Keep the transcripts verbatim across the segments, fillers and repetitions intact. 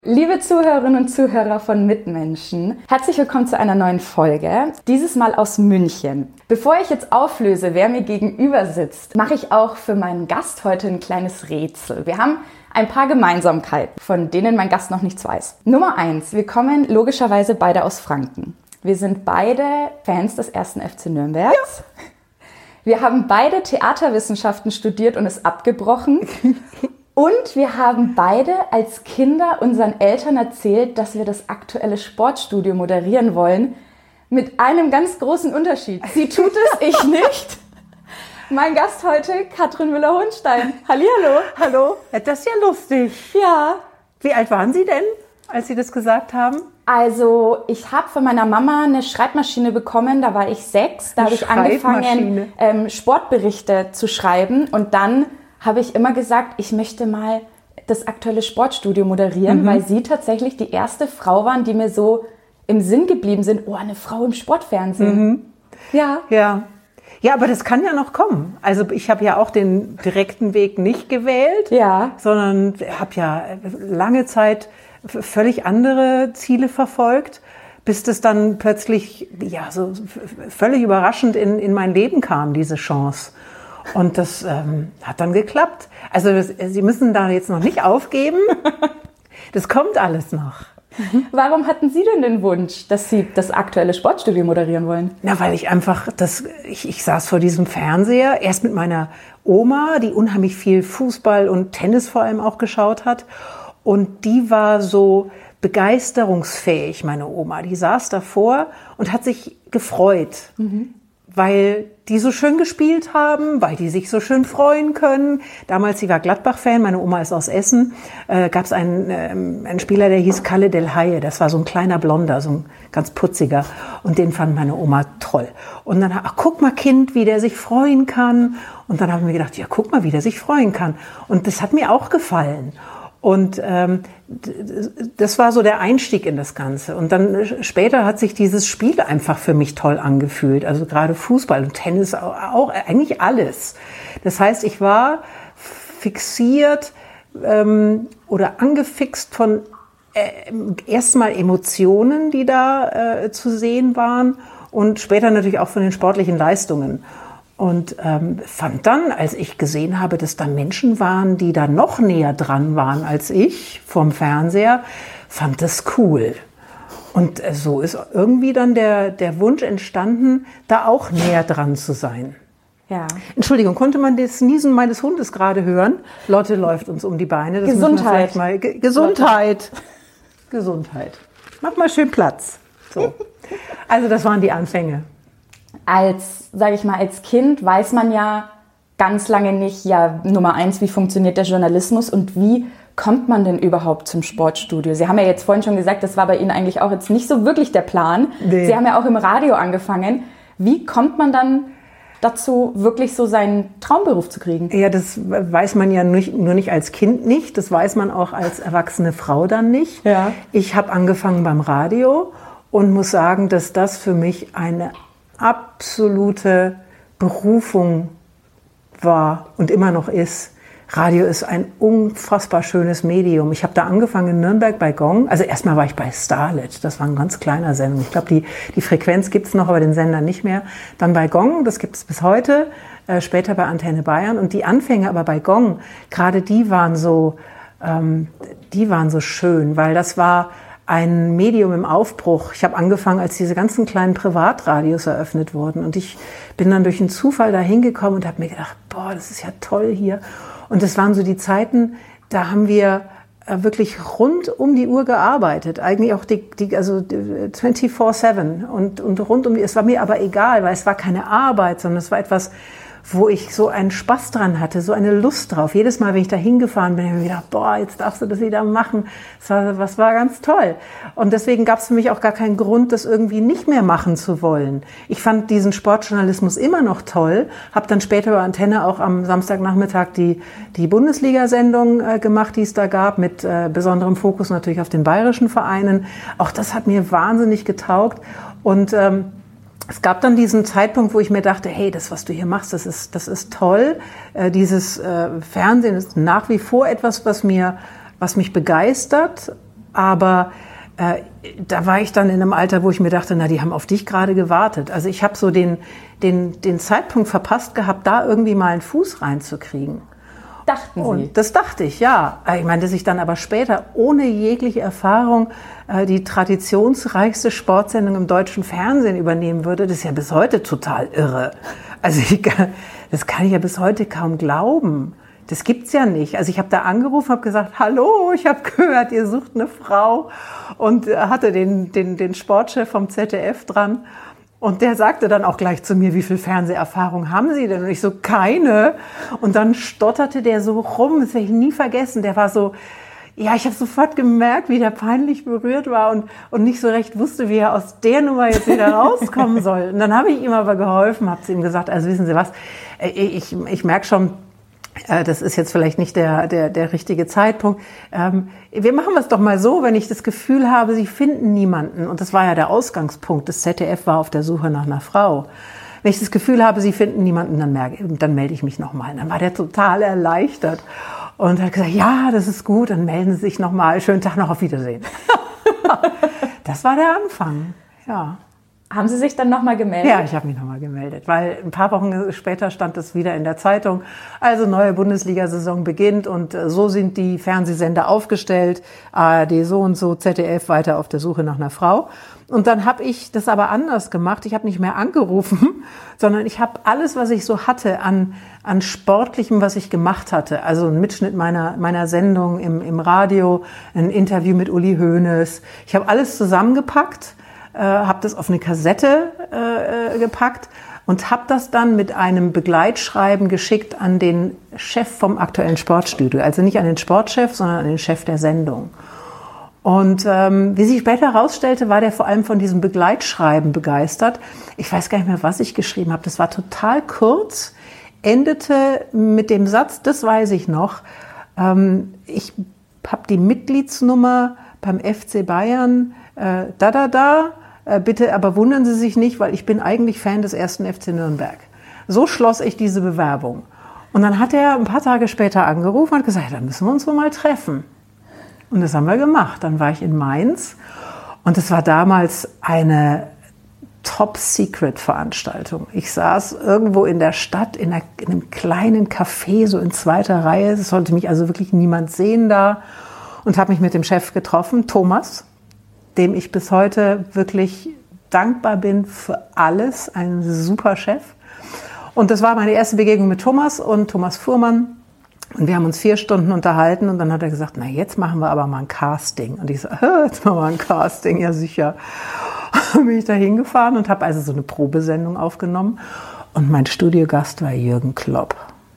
Liebe Zuhörerinnen und Zuhörer von Mitmenschen, herzlich willkommen zu einer neuen Folge, dieses Mal aus München. Bevor ich jetzt auflöse, wer mir gegenüber sitzt, mache ich auch für meinen Gast heute ein kleines Rätsel. Wir haben ein paar Gemeinsamkeiten, von denen mein Gast noch nichts weiß. Nummer eins, wir kommen logischerweise beide aus Franken. Wir sind beide Fans des ersten F C Nürnbergs. Ja. Wir haben beide Theaterwissenschaften studiert und es abgebrochen. Und wir haben beide als Kinder unseren Eltern erzählt, dass wir das aktuelle Sportstudio moderieren wollen. Mit einem ganz großen Unterschied. Sie tut es, ich nicht. Mein Gast heute, Katrin Müller-Hohenstein. Hallihallo. Hallo. Das ist ja lustig. Ja. Wie alt waren Sie denn, als Sie das gesagt haben? Also ich habe von meiner Mama eine Schreibmaschine bekommen, da war ich sechs. Da habe ich angefangen, ähm, Sportberichte zu schreiben und dann habe ich immer gesagt, ich möchte mal das aktuelle Sportstudio moderieren, mhm. weil Sie tatsächlich die erste Frau waren, die mir so im Sinn geblieben sind. Oh, eine Frau im Sportfernsehen. Mhm. Ja. Ja. Ja, aber das kann ja noch kommen. Also ich habe ja auch den direkten Weg nicht gewählt, ja. sondern habe ja lange Zeit völlig andere Ziele verfolgt, bis das dann plötzlich ja so völlig überraschend in, in mein Leben kam, diese Chance. Und das ähm, hat dann geklappt. Also das, Sie müssen da jetzt noch nicht aufgeben. Das kommt alles noch. Warum hatten Sie denn den Wunsch, dass Sie das aktuelle Sportstudio moderieren wollen? Na, weil ich einfach, das, ich, ich saß vor diesem Fernseher, erst mit meiner Oma, die unheimlich viel Fußball und Tennis vor allem auch geschaut hat. Und die war so begeisterungsfähig, meine Oma. Die saß davor und hat sich gefreut. Mhm. Weil die so schön gespielt haben, weil die sich so schön freuen können. Damals, sie war Gladbach-Fan, meine Oma ist aus Essen, äh, gab es einen, ähm, einen Spieler, der hieß Kalle Del Haye. Das war so ein kleiner Blonder, so ein ganz putziger. Und den fand meine Oma toll. Und dann, ach, guck mal, Kind, wie der sich freuen kann. Und dann haben wir gedacht, ja, guck mal, wie der sich freuen kann. Und das hat mir auch gefallen. Und ähm, das war so der Einstieg in das Ganze. Und dann später hat sich dieses Spiel einfach für mich toll angefühlt. Also gerade Fußball und Tennis, auch, auch eigentlich alles. Das heißt, ich war fixiert ähm, oder angefixt von äh, erstmal Emotionen, die da äh, zu sehen waren und später natürlich auch von den sportlichen Leistungen. Und ähm, fand dann, als ich gesehen habe, dass da Menschen waren, die da noch näher dran waren als ich vom Fernseher, fand das cool. Und äh, so ist irgendwie dann der, der Wunsch entstanden, da auch näher dran zu sein. Ja. Entschuldigung, konnte man das Niesen meines Hundes gerade hören? Lotte läuft uns um die Beine. Das Gesundheit. Mal, G- Gesundheit. Lotte. Gesundheit. Mach mal schön Platz. So. Also das waren die Anfänge. Als, sage ich mal, als Kind weiß man ja ganz lange nicht, ja, Nummer eins, wie funktioniert der Journalismus und wie kommt man denn überhaupt zum Sportstudio? Sie haben ja jetzt vorhin schon gesagt, das war bei Ihnen eigentlich auch jetzt nicht so wirklich der Plan. Nee. Sie haben ja auch im Radio angefangen. Wie kommt man dann dazu, wirklich so seinen Traumberuf zu kriegen? Ja, das weiß man ja nicht, nur nicht als Kind nicht, das weiß man auch als erwachsene Frau dann nicht. Ja. Ich habe angefangen beim Radio und muss sagen, dass das für mich eine absolute Berufung war und immer noch ist. Radio ist ein unfassbar schönes Medium. Ich habe da angefangen in Nürnberg bei Gong. Also erstmal war ich bei Starlet, das war ein ganz kleiner Sender. Ich glaube, die, die Frequenz gibt's noch, aber den Sender nicht mehr. Dann bei Gong, das gibt's bis heute, äh, später bei Antenne Bayern. Und die Anfänge aber bei Gong, gerade die waren so, ähm, die waren so schön, weil das war ein Medium im Aufbruch. Ich habe angefangen, als diese ganzen kleinen Privatradios eröffnet wurden. Und ich bin dann durch einen Zufall da hingekommen und habe mir gedacht, boah, das ist ja toll hier. Und das waren so die Zeiten, da haben wir wirklich rund um die Uhr gearbeitet. Eigentlich auch die, die also vierundzwanzig sieben. Und, und rund um die, es war mir aber egal, weil es war keine Arbeit, sondern es war etwas, wo ich so einen Spaß dran hatte, so eine Lust drauf. Jedes Mal, wenn ich da hingefahren bin, habe ich mir gedacht, boah, jetzt darfst du das wieder machen. Das war, das war ganz toll. Und deswegen gab es für mich auch gar keinen Grund, das irgendwie nicht mehr machen zu wollen. Ich fand diesen Sportjournalismus immer noch toll, habe dann später bei Antenne auch am Samstagnachmittag die, die Bundesliga-Sendung äh, gemacht, die es da gab, mit äh, besonderem Fokus natürlich auf den bayerischen Vereinen. Auch das hat mir wahnsinnig getaugt. Und ähm, es gab dann diesen Zeitpunkt, wo ich mir dachte, hey, das, was du hier machst, das ist, das ist toll. Äh, dieses äh, Fernsehen ist nach wie vor etwas, was mir, was mich begeistert. aber äh, da war ich dann in einem Alter, wo ich mir dachte, na, die haben auf dich gerade gewartet. Also ich habe so den, den, den Zeitpunkt verpasst gehabt, da irgendwie mal einen Fuß reinzukriegen. Dachten Sie? Und das dachte ich, ja. Ich meine, dass ich dann aber später ohne jegliche Erfahrung äh, die traditionsreichste Sportsendung im deutschen Fernsehen übernehmen würde, das ist ja bis heute total irre. Also ich, das kann ich ja bis heute kaum glauben. Das gibt's ja nicht. Also ich habe da angerufen, habe gesagt, hallo, ich habe gehört, ihr sucht eine Frau, und hatte den, den, den Sportchef vom Z D F dran. Und der sagte dann auch gleich zu mir, wie viel Fernseherfahrung haben Sie denn? Und ich so, keine. Und dann stotterte der so rum, das werde ich nie vergessen. Der war so, ja, ich habe sofort gemerkt, wie der peinlich berührt war und, und nicht so recht wusste, wie er aus der Nummer jetzt wieder rauskommen soll. Und dann habe ich ihm aber geholfen, habe zu ihm gesagt, also wissen Sie was, ich, ich merke schon, das ist jetzt vielleicht nicht der, der, der richtige Zeitpunkt. Ähm, wir machen es doch mal so, wenn ich das Gefühl habe, Sie finden niemanden. Und das war ja der Ausgangspunkt. Das Z D F war auf der Suche nach einer Frau. Wenn ich das Gefühl habe, Sie finden niemanden, dann, merke, dann melde ich mich nochmal. Dann war der total erleichtert und hat gesagt, ja, das ist gut, dann melden Sie sich nochmal. Schönen Tag noch, auf Wiedersehen. Das war der Anfang, ja. Haben Sie sich dann nochmal gemeldet? Ja, ich habe mich nochmal gemeldet, weil ein paar Wochen später stand es wieder in der Zeitung. Also neue Bundesliga-Saison beginnt und so sind die Fernsehsender aufgestellt. A R D so und so, Z D F weiter auf der Suche nach einer Frau. Und dann habe ich das aber anders gemacht. Ich habe nicht mehr angerufen, sondern ich habe alles, was ich so hatte an, an Sportlichem, was ich gemacht hatte. Also ein Mitschnitt meiner, meiner Sendung im, im Radio, ein Interview mit Uli Hoeneß. Ich habe alles zusammengepackt. Äh, habe das auf eine Kassette äh, gepackt und habe das dann mit einem Begleitschreiben geschickt an den Chef vom aktuellen Sportstudio. Also nicht an den Sportchef, sondern an den Chef der Sendung. Und ähm, wie sich später herausstellte, war der vor allem von diesem Begleitschreiben begeistert. Ich weiß gar nicht mehr, was ich geschrieben habe. Das war total kurz, endete mit dem Satz, das weiß ich noch, ähm, ich habe die Mitgliedsnummer beim F C Bayern, äh, da, da, da, bitte, aber wundern Sie sich nicht, weil ich bin eigentlich Fan des ersten F C Nürnberg. So schloss ich diese Bewerbung. Und dann hat er ein paar Tage später angerufen und hat gesagt, da müssen wir uns wohl mal treffen. Und das haben wir gemacht. Dann war ich in Mainz und es war damals eine Top-Secret-Veranstaltung. Ich saß irgendwo in der Stadt in, einer, in einem kleinen Café, so in zweiter Reihe. Es sollte mich also wirklich niemand sehen da, und habe mich mit dem Chef getroffen, Thomas, dem ich bis heute wirklich dankbar bin für alles, ein super Chef. Und das war meine erste Begegnung mit Thomas und Thomas Fuhrmann. Und wir haben uns vier Stunden unterhalten und dann hat er gesagt, na jetzt machen wir aber mal ein Casting. Und ich so, jetzt machen wir ein Casting, ja sicher. Und bin ich da hingefahren und habe also so eine Probesendung aufgenommen. Und mein Studiogast war Jürgen Klopp.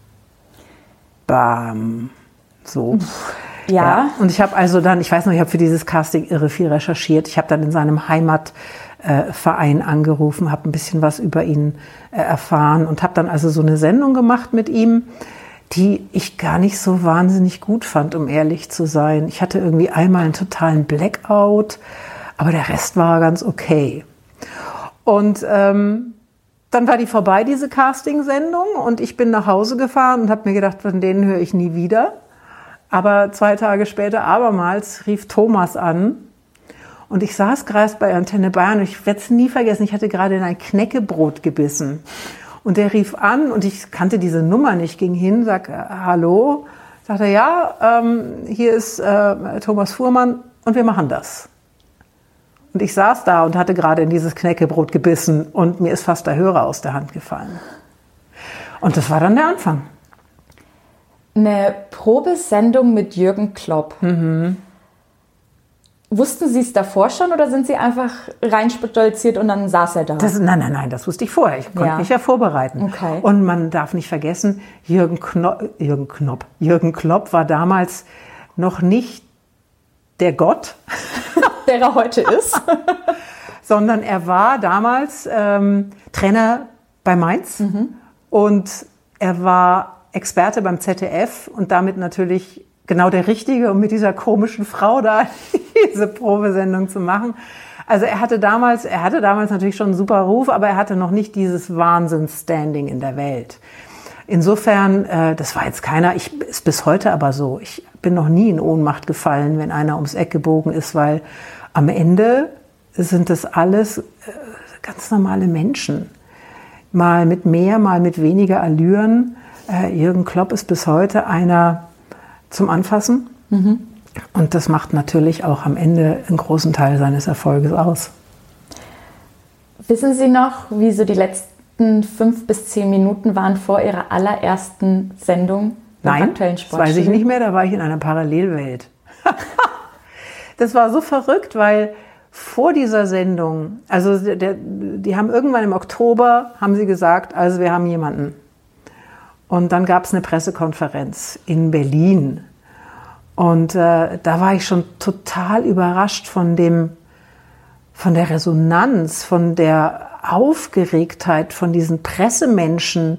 Bam. So. Ja. ja. Und ich habe also dann, ich weiß noch, ich habe für dieses Casting irre viel recherchiert. Ich habe dann in seinem Heimatverein äh, angerufen, habe ein bisschen was über ihn äh, erfahren und habe dann also so eine Sendung gemacht mit ihm, die ich gar nicht so wahnsinnig gut fand, um ehrlich zu sein. Ich hatte irgendwie einmal einen totalen Blackout, aber der Rest war ganz okay. Und ähm, dann war die vorbei, diese Casting-Sendung, und ich bin nach Hause gefahren und habe mir gedacht, von denen höre ich nie wieder. Aber zwei Tage später abermals rief Thomas an und ich saß gerade bei Antenne Bayern und ich werde es nie vergessen, ich hatte gerade in ein Knäckebrot gebissen. Und der rief an und ich kannte diese Nummer nicht, ging hin, sag hallo, sagte ja, ähm, hier ist äh, Thomas Fuhrmann und wir machen das. Und ich saß da und hatte gerade in dieses Knäckebrot gebissen und mir ist fast der Hörer aus der Hand gefallen. Und das war dann der Anfang. Eine Probesendung mit Jürgen Klopp. Mhm. Wussten Sie es davor schon oder sind Sie einfach reinstolziert und dann saß er da? Das, nein, nein, nein, das wusste ich vorher. Ich konnte ja. mich ja vorbereiten. Okay. Und man darf nicht vergessen, Jürgen, Kno- Jürgen Knopp, Jürgen Klopp war damals noch nicht der Gott, der er heute ist, sondern er war damals ähm, Trainer bei Mainz mhm. und er war Experte beim Z D F und damit natürlich genau der Richtige, um mit dieser komischen Frau da diese Probesendung zu machen. Also er hatte damals, er hatte damals natürlich schon einen super Ruf, aber er hatte noch nicht dieses Wahnsinns-Standing in der Welt. Insofern, äh, das war jetzt keiner, ich, ist bis heute aber so. Ich bin noch nie in Ohnmacht gefallen, wenn einer ums Eck gebogen ist, weil am Ende sind das alles ganz normale Menschen. Mal mit mehr, mal mit weniger Allüren. Jürgen Klopp ist bis heute einer zum Anfassen. Mhm. Und das macht natürlich auch am Ende einen großen Teil seines Erfolges aus. Wissen Sie noch, wie so die letzten fünf bis zehn Minuten waren vor Ihrer allerersten Sendung im Nein, aktuellen Sportstudio? Das weiß ich nicht mehr, da war ich in einer Parallelwelt. Das war so verrückt, weil vor dieser Sendung, also der, die haben irgendwann im Oktober, haben sie gesagt, also wir haben jemanden. Und dann gab es eine Pressekonferenz in Berlin. Und äh, da war ich schon total überrascht von dem, von der Resonanz, von der Aufgeregtheit von diesen Pressemenschen,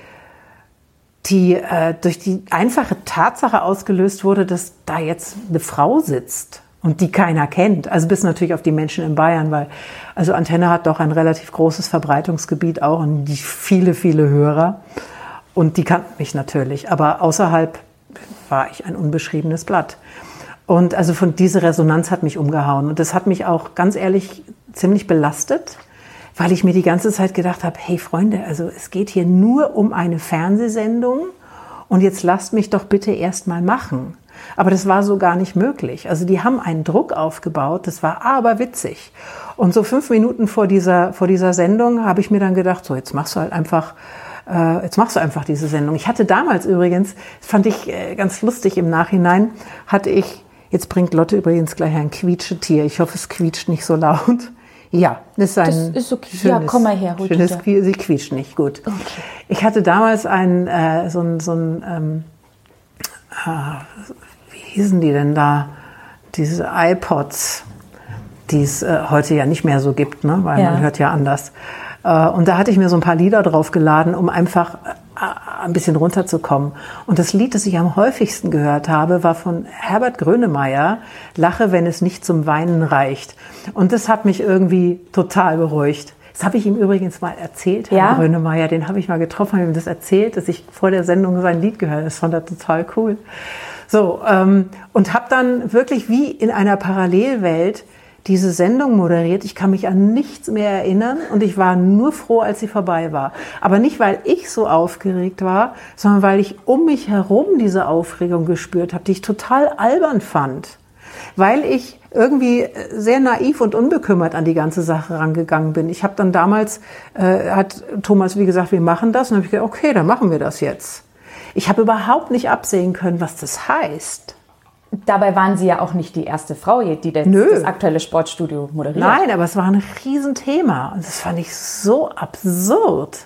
die äh, durch die einfache Tatsache ausgelöst wurde, dass da jetzt eine Frau sitzt und die keiner kennt. Also bis natürlich auf die Menschen in Bayern, weil also Antenne hat doch ein relativ großes Verbreitungsgebiet auch und die viele, viele Hörer. Und die kannten mich natürlich, aber außerhalb war ich ein unbeschriebenes Blatt. Und also von diese Resonanz hat mich umgehauen. Und das hat mich auch ganz ehrlich ziemlich belastet, weil ich mir die ganze Zeit gedacht habe, hey Freunde, also es geht hier nur um eine Fernsehsendung und jetzt lasst mich doch bitte erst mal machen. Aber das war so gar nicht möglich. Also die haben einen Druck aufgebaut, das war aber witzig. Und so fünf Minuten vor dieser, vor dieser Sendung habe ich mir dann gedacht, so jetzt machst du halt einfach Jetzt machst du einfach diese Sendung. Ich hatte damals übrigens, das fand ich ganz lustig im Nachhinein, hatte ich, jetzt bringt Lotte übrigens gleich ein Quietschetier. Ich hoffe, es quietscht nicht so laut. Ja, das ist ein das ist okay. schönes, ja, komm mal her, schönes Quietsch, sie quietscht nicht, gut. Okay. Ich hatte damals ein, äh, so ein, so ein ähm, äh, wie hießen die denn da, diese iPods, die es äh, heute ja nicht mehr so gibt, ne? Weil ja. Man hört ja anders. Und da hatte ich mir so ein paar Lieder drauf geladen, um einfach ein bisschen runterzukommen. Und das Lied, das ich am häufigsten gehört habe, war von Herbert Grönemeyer, Lache, wenn es nicht zum Weinen reicht. Und das hat mich irgendwie total beruhigt. Das habe ich ihm übrigens mal erzählt, Herr ja. Grönemeyer, den habe ich mal getroffen, habe ihm das erzählt, dass ich vor der Sendung sein Lied gehört habe. Das fand er total cool. So, ähm, und habe dann wirklich wie in einer Parallelwelt diese Sendung moderiert. Ich kann mich an nichts mehr erinnern und ich war nur froh, als sie vorbei war. Aber nicht, weil ich so aufgeregt war, sondern weil ich um mich herum diese Aufregung gespürt habe, die ich total albern fand. Weil ich irgendwie sehr naiv und unbekümmert an die ganze Sache rangegangen bin. Ich habe dann damals, äh, hat Thomas wie gesagt, wir machen das. Und dann habe ich gedacht, okay, dann machen wir das jetzt. Ich habe überhaupt nicht absehen können, was das heißt. Dabei waren Sie ja auch nicht die erste Frau, die das, das aktuelle Sportstudio moderiert. Nein, aber es war ein Riesenthema. Und das fand ich so absurd.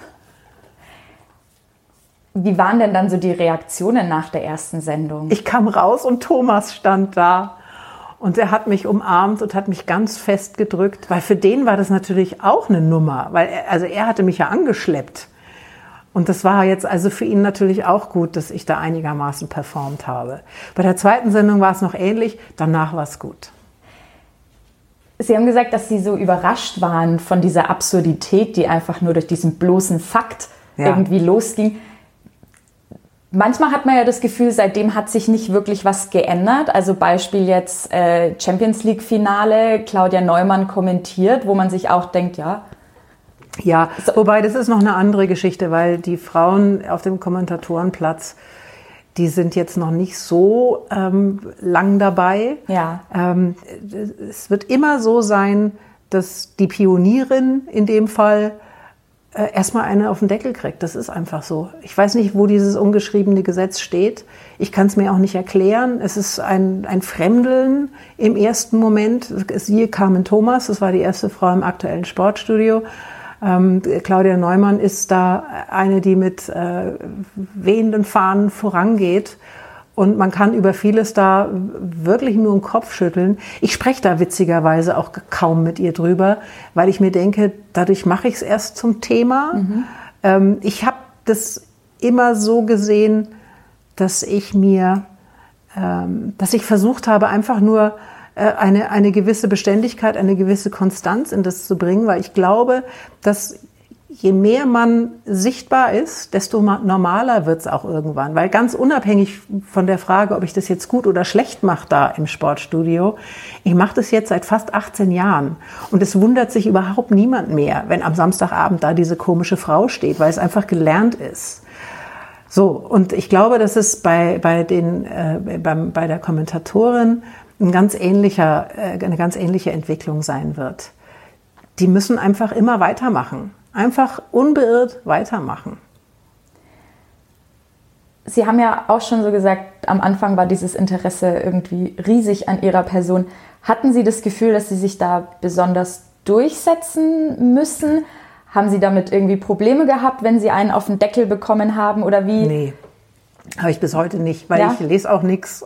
Wie waren denn dann so die Reaktionen nach der ersten Sendung? Ich kam raus und Thomas stand da. Und er hat mich umarmt und hat mich ganz fest gedrückt. Weil für den war das natürlich auch eine Nummer. Weil er, also er hatte mich ja angeschleppt. Und das war jetzt also für ihn natürlich auch gut, dass ich da einigermaßen performt habe. Bei der zweiten Sendung war es noch ähnlich, danach war es gut. Sie haben gesagt, dass Sie so überrascht waren von dieser Absurdität, die einfach nur durch diesen bloßen Fakt ja. irgendwie losging. Manchmal hat man ja das Gefühl, seitdem hat sich nicht wirklich was geändert. Also Beispiel jetzt äh, Champions League Finale, Claudia Neumann kommentiert, wo man sich auch denkt, ja... Ja, wobei das ist noch eine andere Geschichte, weil die Frauen auf dem Kommentatorenplatz, die sind jetzt noch nicht so ähm, lang dabei. Ja. Ähm, es wird immer so sein, dass die Pionierin in dem Fall äh, erstmal eine auf den Deckel kriegt. Das ist einfach so. Ich weiß nicht, wo dieses ungeschriebene Gesetz steht. Ich kann es mir auch nicht erklären. Es ist ein, ein Fremdeln im ersten Moment. Siehe Carmen Thomas, das war die erste Frau im aktuellen Sportstudio. Ähm, Claudia Neumann ist da eine, die mit äh, wehenden Fahnen vorangeht. Und man kann über vieles da wirklich nur den Kopf schütteln. Ich spreche da witzigerweise auch kaum mit ihr drüber, weil ich mir denke, dadurch mache ich es erst zum Thema. Mhm. Ähm, ich habe das immer so gesehen, dass ich mir, ähm, dass ich versucht habe, einfach nur Eine, eine gewisse Beständigkeit, eine gewisse Konstanz in das zu bringen, weil ich glaube, dass je mehr man sichtbar ist, desto normaler wird es auch irgendwann. Weil ganz unabhängig von der Frage, ob ich das jetzt gut oder schlecht mache da im Sportstudio, ich mache das jetzt seit fast achtzehn Jahren. Und es wundert sich überhaupt niemand mehr, wenn am Samstagabend da diese komische Frau steht, weil es einfach gelernt ist. So, und ich glaube, dass es bei, bei, den, äh, beim, bei der Kommentatorin ein ganz ähnlicher, äh, eine ganz ähnliche Entwicklung sein wird. Die müssen einfach immer weitermachen. Einfach unbeirrt weitermachen. Sie haben ja auch schon so gesagt, am Anfang war dieses Interesse irgendwie riesig an Ihrer Person. Hatten Sie das Gefühl, dass Sie sich da besonders durchsetzen müssen? Haben Sie damit irgendwie Probleme gehabt, wenn Sie einen auf den Deckel bekommen haben oder wie? Nee, habe ich bis heute nicht, weil ja? ich lese auch nichts.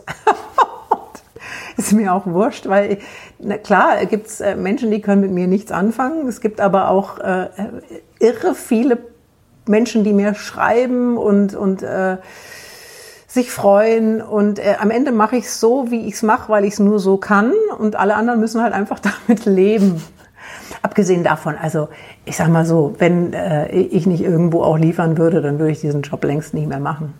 Ist mir auch wurscht, weil ich, na klar, gibt es äh, Menschen, die können mit mir nichts anfangen. Es gibt aber auch äh, irre viele Menschen, die mir schreiben und, und äh, sich freuen. Und äh, am Ende mache ich es so, wie ich es mache, weil ich es nur so kann. Und alle anderen müssen halt einfach damit leben. Abgesehen davon, also ich sag mal so, wenn äh, ich nicht irgendwo auch liefern würde, dann würde ich diesen Job längst nicht mehr machen.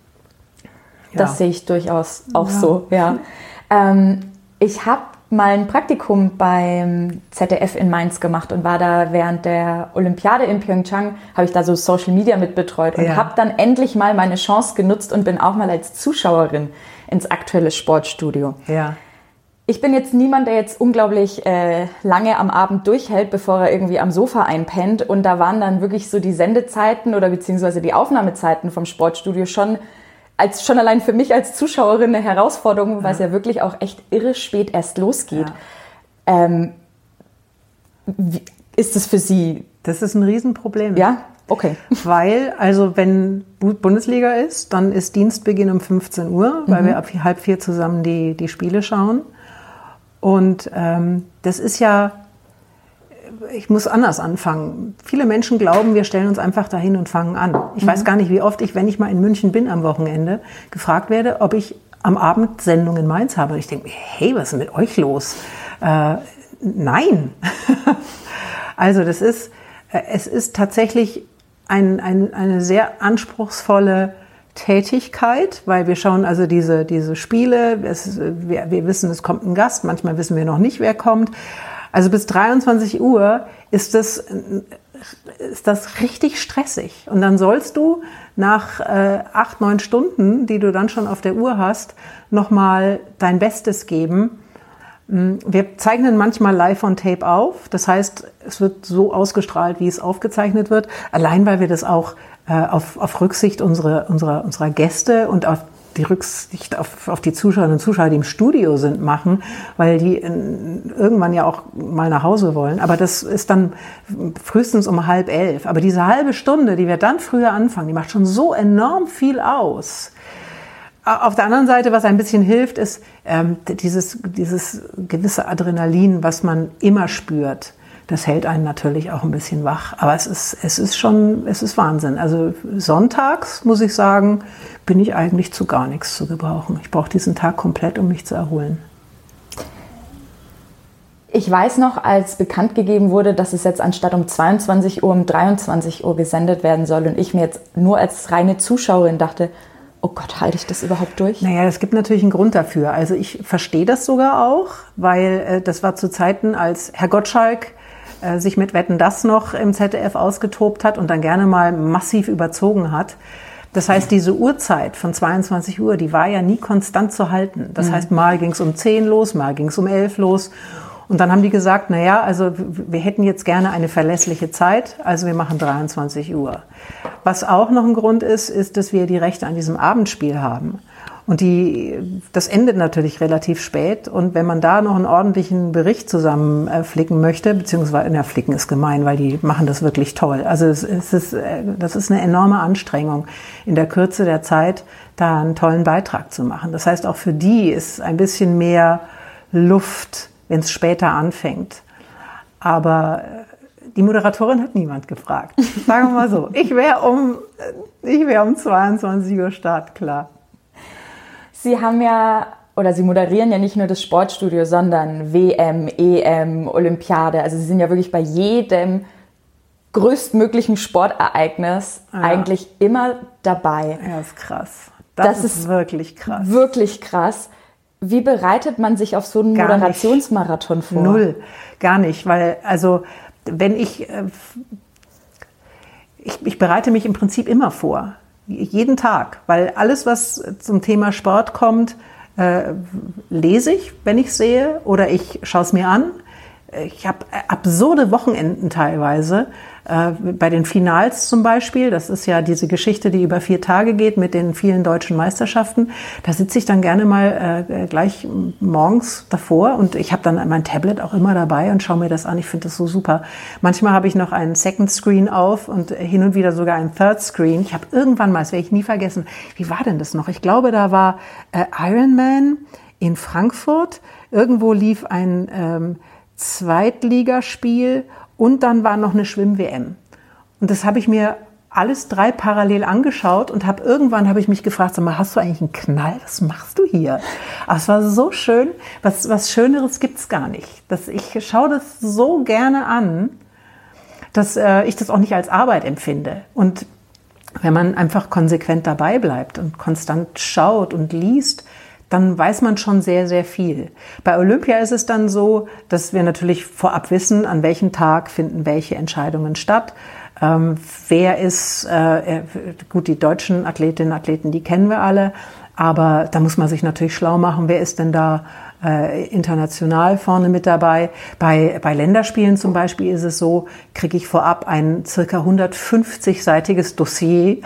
Ja. Das sehe ich durchaus auch ja. so, ja. Ähm, ich habe mal ein Praktikum beim Z D F in Mainz gemacht und war da während der Olympiade in Pyeongchang, habe ich da so Social Media mitbetreut und ja. habe dann endlich mal meine Chance genutzt und bin auch mal als Zuschauerin ins aktuelle Sportstudio. Ja. Ich bin jetzt niemand, der jetzt unglaublich äh, lange am Abend durchhält, bevor er irgendwie am Sofa einpennt. Und da waren dann wirklich so die Sendezeiten oder beziehungsweise die Aufnahmezeiten vom Sportstudio schon als schon allein für mich als Zuschauerin eine Herausforderung, weil ja. es ja wirklich auch echt irre spät erst losgeht. Ja. Ähm, wie, ist das für Sie? Das ist ein Riesenproblem. Ja? Okay. Weil, also wenn Bundesliga ist, dann ist Dienstbeginn um fünfzehn Uhr, weil mhm. wir ab halb vier zusammen die, die Spiele schauen. Und ähm, das ist ja, ich muss anders anfangen. Viele Menschen glauben, wir stellen uns einfach dahin und fangen an. Ich mhm. weiß gar nicht, wie oft ich, wenn ich mal in München bin am Wochenende, gefragt werde, ob ich am Abend Sendung in Mainz habe. Und ich denke, hey, was ist mit euch los? Äh, nein. Also das ist, äh, es ist tatsächlich ein, ein, eine sehr anspruchsvolle Tätigkeit, weil wir schauen also diese, diese Spiele, es, wir, wir wissen, es kommt ein Gast, manchmal wissen wir noch nicht, wer kommt. Also bis dreiundzwanzig Uhr ist das, ist das richtig stressig. Und dann sollst du nach äh, acht, neun Stunden, die du dann schon auf der Uhr hast, nochmal dein Bestes geben. Wir zeichnen manchmal live on tape auf. Das heißt, es wird so ausgestrahlt, wie es aufgezeichnet wird. Allein, weil wir das auch äh, auf, auf Rücksicht unserer, unserer, unserer Gäste und auf die Rücksicht auf, auf die Zuschauerinnen und Zuschauer, die im Studio sind, machen, weil die in, irgendwann ja auch mal nach Hause wollen. Aber das ist dann frühestens um halb elf. Aber diese halbe Stunde, die wir dann früher anfangen, die macht schon so enorm viel aus. Auf der anderen Seite, was ein bisschen hilft, ist ähm, dieses, dieses gewisse Adrenalin, was man immer spürt. Das hält einen natürlich auch ein bisschen wach. Aber es ist, es ist schon, es ist Wahnsinn. Also sonntags, muss ich sagen, bin ich eigentlich zu gar nichts zu gebrauchen. Ich brauche diesen Tag komplett, um mich zu erholen. Ich weiß noch, als bekannt gegeben wurde, dass es jetzt anstatt um zweiundzwanzig Uhr um dreiundzwanzig Uhr gesendet werden soll und ich mir jetzt nur als reine Zuschauerin dachte, oh Gott, halte ich das überhaupt durch? Naja, es gibt natürlich einen Grund dafür. Also ich verstehe das sogar auch, weil äh, das war zu Zeiten, als Herr Gottschalk äh, sich mit Wetten, dass noch im Z D F ausgetobt hat und dann gerne mal massiv überzogen hat. Das heißt, diese Uhrzeit von zweiundzwanzig Uhr, die war ja nie konstant zu halten. Das mhm. heißt, mal ging es um zehn los, mal ging es um elf los. Und dann haben die gesagt, na ja, also wir hätten jetzt gerne eine verlässliche Zeit, also wir machen dreiundzwanzig Uhr. Was auch noch ein Grund ist, ist, dass wir die Rechte an diesem Abendspiel haben. Und die, das endet natürlich relativ spät. Und wenn man da noch einen ordentlichen Bericht zusammenflicken möchte, beziehungsweise, na, flicken ist gemein, weil die machen das wirklich toll. Also es, es ist, das ist eine enorme Anstrengung, in der Kürze der Zeit da einen tollen Beitrag zu machen. Das heißt, auch für die ist ein bisschen mehr Luft, wenn es später anfängt. Aber die Moderatorin hat niemand gefragt. Sagen wir mal so, ich wäre um, ich wäre um zweiundzwanzig Uhr startklar. Sie haben ja, oder Sie moderieren ja nicht nur das Sportstudio, sondern W M, E M, Olympiade. Also Sie sind ja wirklich bei jedem größtmöglichen Sportereignis ja. eigentlich immer dabei. Ja, ist krass. Das, das ist, ist wirklich krass. Wirklich krass. Wie bereitet man sich auf so einen gar Moderationsmarathon nicht. vor? Null, gar nicht, weil also wenn ich, ich, ich bereite mich im Prinzip immer vor, jeden Tag, weil alles, was zum Thema Sport kommt, äh, lese ich, wenn ich es sehe, oder ich schaue es mir an. Ich habe absurde Wochenenden teilweise, äh, bei den Finals zum Beispiel. Das ist ja diese Geschichte, die über vier Tage geht mit den vielen deutschen Meisterschaften. Da sitze ich dann gerne mal äh, gleich morgens davor und ich habe dann mein Tablet auch immer dabei und schaue mir das an. Ich finde das so super. Manchmal habe ich noch einen Second Screen auf und hin und wieder sogar einen Third Screen. Ich habe irgendwann mal, das werde ich nie vergessen, wie war denn das noch? Ich glaube, da war äh, Ironman in Frankfurt. Irgendwo lief ein ähm, Zweitligaspiel und dann war noch eine Schwimm-W M. Und das habe ich mir alles drei parallel angeschaut und habe irgendwann habe ich mich gefragt, sag mal, hast du eigentlich einen Knall? Was machst du hier? Aber es war so schön, was, was Schöneres gibt's gar nicht. Das, ich schaue das so gerne an, dass äh, ich das auch nicht als Arbeit empfinde. Und wenn man einfach konsequent dabei bleibt und konstant schaut und liest, dann weiß man schon sehr, sehr viel. Bei Olympia ist es dann so, dass wir natürlich vorab wissen, an welchem Tag finden welche Entscheidungen statt. Ähm, wer ist, äh, gut, die deutschen Athletinnen und Athleten, die kennen wir alle, aber da muss man sich natürlich schlau machen, wer ist denn da äh, international vorne mit dabei. Bei, bei Länderspielen zum Beispiel ist es so, kriege ich vorab ein circa hundertfünfzig-seitiges Dossier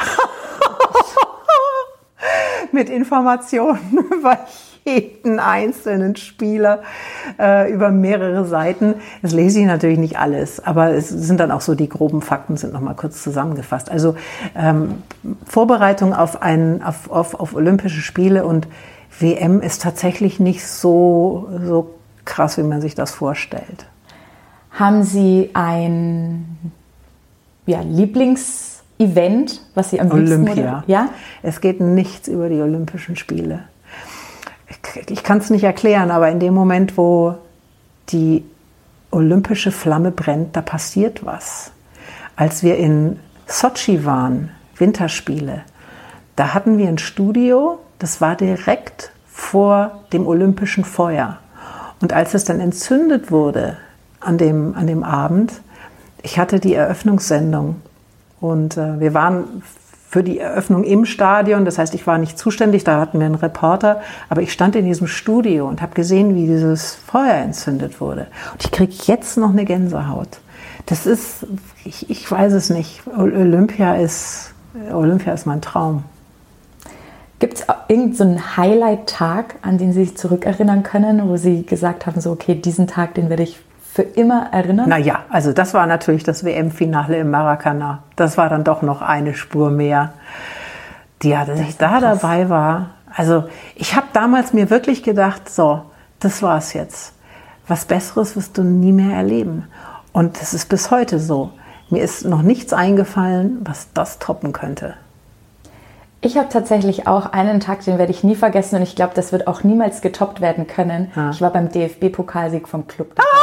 mit Informationen über jeden einzelnen Spieler, äh, über mehrere Seiten. Das lese ich natürlich nicht alles, aber es sind dann auch so die groben Fakten, sind nochmal kurz zusammengefasst. Also ähm, Vorbereitung auf, ein, auf, auf, auf Olympische Spiele und W M ist tatsächlich nicht so, so krass, wie man sich das vorstellt. Haben Sie ein ja, Lieblings- Event, was Sie am liebsten Olympia. Ja? Es geht nichts über die Olympischen Spiele. Ich, ich kann es nicht erklären, aber in dem Moment, wo die olympische Flamme brennt, da passiert was. Als wir in Sotschi waren, Winterspiele, da hatten wir ein Studio, das war direkt vor dem olympischen Feuer. Und als es dann entzündet wurde an dem, an dem Abend, ich hatte die Eröffnungssendung. Und äh, wir waren für die Eröffnung im Stadion, das heißt, ich war nicht zuständig, da hatten wir einen Reporter, aber ich stand in diesem Studio und habe gesehen, wie dieses Feuer entzündet wurde. Und ich kriege jetzt noch eine Gänsehaut. Das ist, ich, ich weiß es nicht, Olympia ist, Olympia ist mein Traum. Gibt es irgendeinen so Highlight-Tag, an den Sie sich zurückerinnern können, wo Sie gesagt haben, so okay, diesen Tag, den werde ich für immer erinnern? Naja, also das war natürlich das W M-Finale im Maracanã. Das war dann doch noch eine Spur mehr. Ja, dass ich da krass. dabei war. Also ich habe damals mir wirklich gedacht, so, das war's jetzt. Was Besseres wirst du nie mehr erleben. Und das ist bis heute so. Mir ist noch nichts eingefallen, was das toppen könnte. Ich habe tatsächlich auch einen Tag, den werde ich nie vergessen und ich glaube, das wird auch niemals getoppt werden können. Ja. Ich war beim D F B-Pokalsieg vom Club dabei.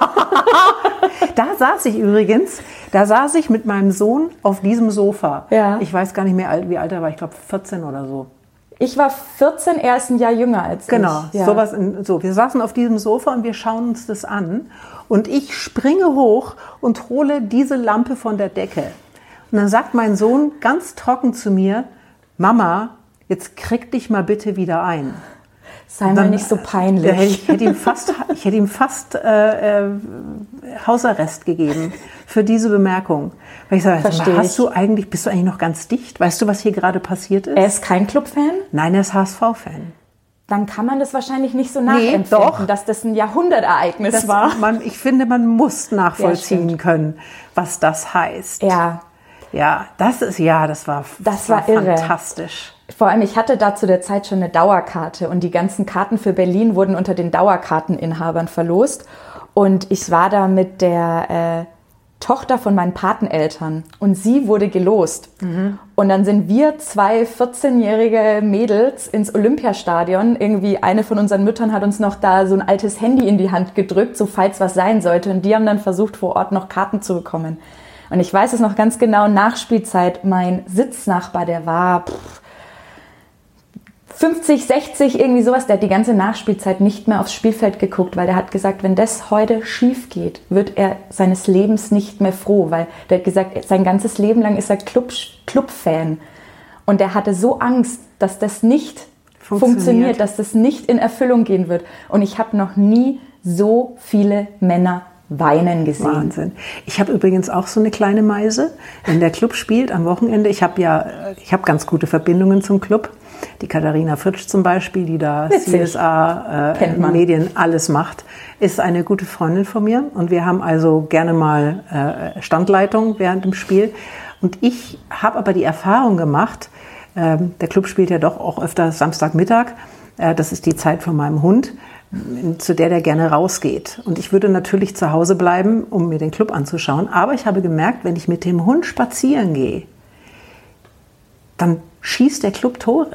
Da saß ich übrigens, da saß ich mit meinem Sohn auf diesem Sofa. Ja. Ich weiß gar nicht mehr, wie alt er war, ich glaube vierzehn oder so. Ich war vierzehn, er ist ein Jahr jünger als genau, ich. Genau, sowas in, so. Wir saßen auf diesem Sofa und wir schauen uns das an. Und ich springe hoch und hole diese Lampe von der Decke. Und dann sagt mein Sohn ganz trocken zu mir, Mama, jetzt krieg dich mal bitte wieder ein. Sei dann, mal nicht so peinlich. Ja, ich hätte ihm fast, ich hätte ihm fast äh, äh, Hausarrest gegeben für diese Bemerkung. Weil ich sage, Versteh hast ich. du eigentlich, bist du eigentlich noch ganz dicht? Weißt du, was hier gerade passiert ist? Er ist kein Club-Fan? Nein, er ist H S V-Fan. Dann kann man das wahrscheinlich nicht so nachempfinden, nee, doch. dass das ein Jahrhundertereignis das war. Man, ich finde, man muss nachvollziehen ja, können, was das heißt. Ja. Ja, das ist, ja, das war, das war, war irre. Fantastisch. Vor allem, ich hatte da zu der Zeit schon eine Dauerkarte und die ganzen Karten für Berlin wurden unter den Dauerkarteninhabern verlost. Und ich war da mit der äh, Tochter von meinen Pateneltern und sie wurde gelost. Mhm. Und dann sind wir zwei vierzehnjährige Mädels ins Olympiastadion. Irgendwie eine von unseren Müttern hat uns noch da so ein altes Handy in die Hand gedrückt, so falls was sein sollte. Und die haben dann versucht, vor Ort noch Karten zu bekommen. Und ich weiß es noch ganz genau, Nachspielzeit, mein Sitznachbar, der war pff, fünfzig, sechzig, irgendwie sowas, der hat die ganze Nachspielzeit nicht mehr aufs Spielfeld geguckt, weil der hat gesagt, wenn das heute schief geht, wird er seines Lebens nicht mehr froh, weil der hat gesagt, sein ganzes Leben lang ist er Club, Club-Fan. Und er hatte so Angst, dass das nicht funktioniert. funktioniert, dass das nicht in Erfüllung gehen wird. Und ich habe noch nie so viele Männer weinen gesehen. Wahnsinn. Ich habe übrigens auch so eine kleine Meise, wenn der Club spielt am Wochenende. Ich habe ja, ich habe ganz gute Verbindungen zum Club. Die Katharina Fritsch zum Beispiel, die da Witzig. C S A, äh, Medien, alles macht, ist eine gute Freundin von mir. Und wir haben also gerne mal äh, Standleitung während dem Spiel. Und ich habe aber die Erfahrung gemacht, äh, der Club spielt ja doch auch öfter Samstagmittag. Äh, das ist die Zeit von meinem Hund, zu der der gerne rausgeht. Und ich würde natürlich zu Hause bleiben, um mir den Club anzuschauen. Aber ich habe gemerkt, wenn ich mit dem Hund spazieren gehe, dann schießt der Club Tore.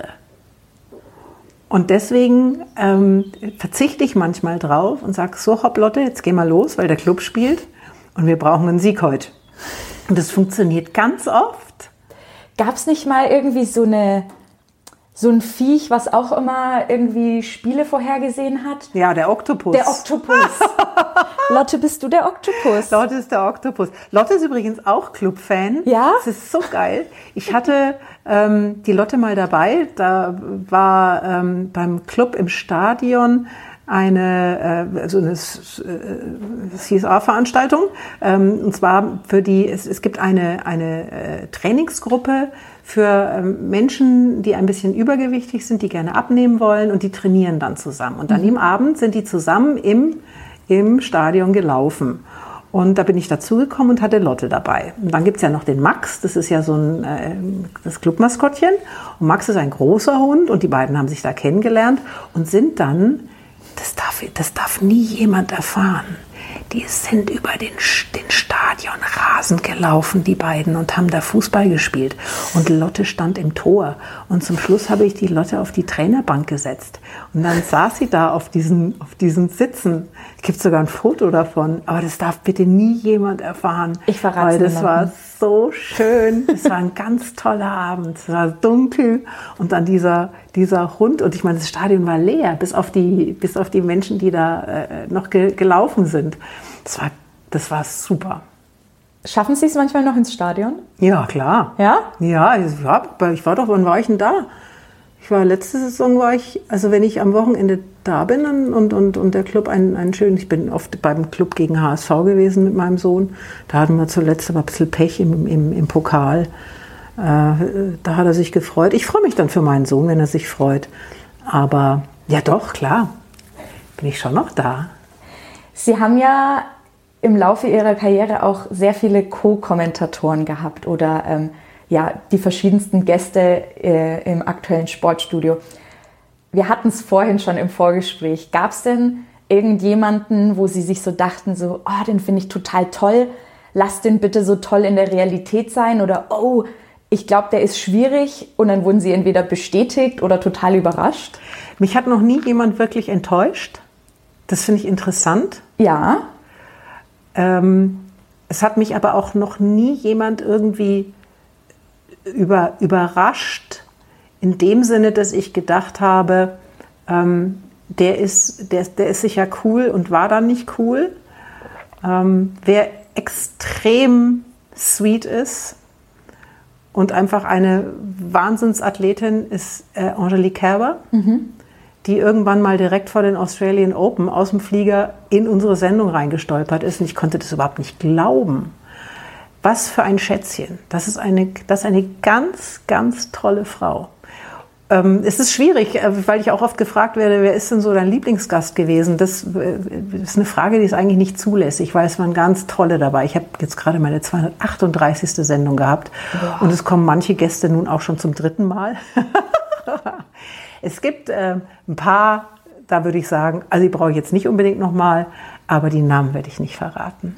Und deswegen ähm, verzichte ich manchmal drauf und sage, so hopp Lotte, jetzt geh mal los, weil der Club spielt und wir brauchen einen Sieg heute. Und das funktioniert ganz oft. Gab es nicht mal irgendwie so eine... So ein Viech, was auch immer irgendwie Spiele vorhergesehen hat? Ja, der Oktopus. Der Oktopus. Lotte, bist du der Oktopus? Lotte ist der Oktopus. Lotte ist übrigens auch Club-Fan. Ja? Das ist so geil. Ich hatte ähm, die Lotte mal dabei. Da war ähm, beim Club im Stadion eine, äh, so eine äh, C S A-Veranstaltung. Ähm, und zwar für die, es, es gibt eine, eine äh, Trainingsgruppe für ähm, Menschen, die ein bisschen übergewichtig sind, die gerne abnehmen wollen und die trainieren dann zusammen. Und an dem Abend sind die zusammen im, im Stadion gelaufen. Und da bin ich dazugekommen und hatte Lotte dabei. Und dann gibt's ja noch den Max, das ist ja so ein äh, das Clubmaskottchen. Und Max ist ein großer Hund und die beiden haben sich da kennengelernt und sind dann, das darf, das darf nie jemand erfahren, die sind über den, den Stadionrasen gelaufen, die beiden, und haben da Fußball gespielt. Und Lotte stand im Tor. Und zum Schluss habe ich die Lotte auf die Trainerbank gesetzt. Und dann saß sie da auf diesen, auf diesen Sitzen. Es gibt sogar ein Foto davon. Aber das darf bitte nie jemand erfahren. Ich verrate Weil das war so schön. Es war ein ganz toller Abend. Es war dunkel. Und dann dieser, dieser Hund. Und ich meine, das Stadion war leer, bis auf die, bis auf die Menschen, die da äh, noch ge- gelaufen sind. Das war, das war super. Schaffen Sie es manchmal noch ins Stadion? Ja, klar. Ja? Ja, ich war, ich war doch, wann war ich denn da? Ich war, letzte Saison war ich, also wenn ich am Wochenende da bin und, und, und der Club einen, einen schönen, ich bin oft beim Club gegen H S V gewesen mit meinem Sohn, da hatten wir zuletzt aber ein bisschen Pech im, im, im Pokal. Äh, da hat er sich gefreut. Ich freue mich dann für meinen Sohn, wenn er sich freut. Aber ja doch, klar, bin ich schon noch da. Sie haben ja im Laufe Ihrer Karriere auch sehr viele Co-Kommentatoren gehabt oder ähm, ja, die verschiedensten Gäste äh, im aktuellen Sportstudio. Wir hatten es vorhin schon im Vorgespräch. Gab es denn irgendjemanden, wo Sie sich so dachten, so, oh, den finde ich total toll, lass den bitte so toll in der Realität sein, oder oh, ich glaube, der ist schwierig, und dann wurden Sie entweder bestätigt oder total überrascht? Mich hat noch nie jemand wirklich enttäuscht. Das finde ich interessant. Ja. Ähm, es hat mich aber auch noch nie jemand irgendwie über, überrascht, in dem Sinne, dass ich gedacht habe, ähm, der ist, der, der ist sicher cool und war dann nicht cool. Ähm, wer extrem sweet ist und einfach eine Wahnsinnsathletin ist äh, Angelique Kerber. Mhm. Die irgendwann mal direkt vor den Australian Open aus dem Flieger in unsere Sendung reingestolpert ist. Und ich konnte das überhaupt nicht glauben. Was für ein Schätzchen. Das ist eine, das ist eine ganz, ganz tolle Frau. Ähm, es ist schwierig, weil ich auch oft gefragt werde, wer ist denn so dein Lieblingsgast gewesen? Das, das ist eine Frage, die ist eigentlich nicht zulässig, weil es waren ganz tolle dabei. Ich habe jetzt gerade meine zweihundertachtunddreißigste Sendung gehabt. Wow. Und es kommen manche Gäste nun auch schon zum dritten Mal. Es gibt äh, ein paar, da würde ich sagen, also die brauche ich jetzt nicht unbedingt nochmal, aber die Namen werde ich nicht verraten.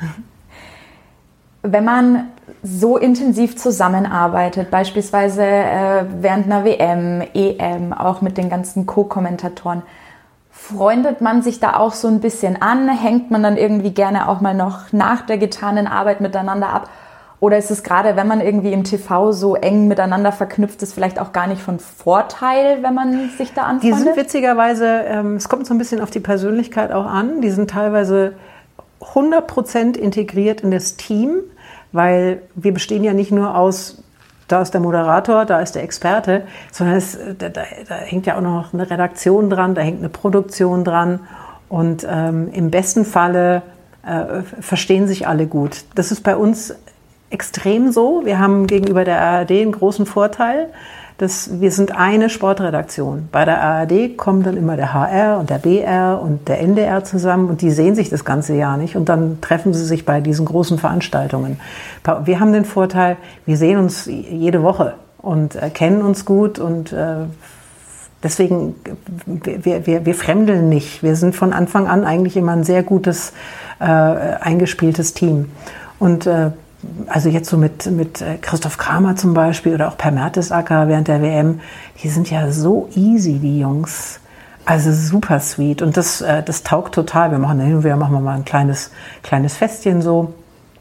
Wenn man so intensiv zusammenarbeitet, beispielsweise äh, während einer W M, E M, auch mit den ganzen Co-Kommentatoren, freundet man sich da auch so ein bisschen an? Hängt man dann irgendwie gerne auch mal noch nach der getanen Arbeit miteinander ab? Oder ist es gerade, wenn man irgendwie im T V so eng miteinander verknüpft ist, vielleicht auch gar nicht von Vorteil, wenn man sich da anfreundet? Die sind witzigerweise, ähm, es kommt so ein bisschen auf die Persönlichkeit auch an, die sind teilweise hundert Prozent integriert in das Team, weil wir bestehen ja nicht nur aus, da ist der Moderator, da ist der Experte, sondern es, da, da, da hängt ja auch noch eine Redaktion dran, da hängt eine Produktion dran und ähm, im besten Falle äh, verstehen sich alle gut. Das ist bei uns extrem so. Wir haben gegenüber der A R D einen großen Vorteil, dass wir sind eine Sportredaktion. Bei der A R D kommen dann immer der H R und der B R und der N D R zusammen und die sehen sich das ganze Jahr nicht und dann treffen sie sich bei diesen großen Veranstaltungen. Wir haben den Vorteil, wir sehen uns jede Woche und äh, kennen uns gut und äh, deswegen, wir, wir, wir fremdeln nicht. Wir sind von Anfang an eigentlich immer ein sehr gutes, äh, eingespieltes Team. Und äh, also jetzt so mit, mit Christoph Kramer zum Beispiel oder auch Per Mertesacker während der W M, die sind ja so easy, die Jungs. Also super sweet. Und das, äh, das taugt total. Wir machen hin und wieder machen wir mal ein kleines, kleines Festchen so.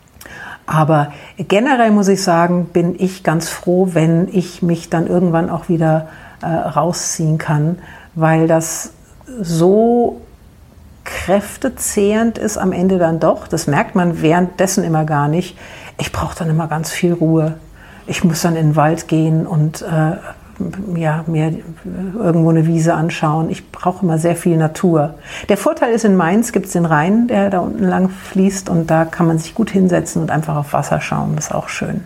Aber generell muss ich sagen, bin ich ganz froh, wenn ich mich dann irgendwann auch wieder äh, rausziehen kann, weil das so kräftezehrend ist am Ende dann doch. Das merkt man währenddessen immer gar nicht. Ich brauche dann immer ganz viel Ruhe. Ich muss dann in den Wald gehen und äh, ja, mir irgendwo eine Wiese anschauen. Ich brauche immer sehr viel Natur. Der Vorteil ist, in Mainz gibt es den Rhein, der da unten lang fließt und da kann man sich gut hinsetzen und einfach auf Wasser schauen. Das ist auch schön.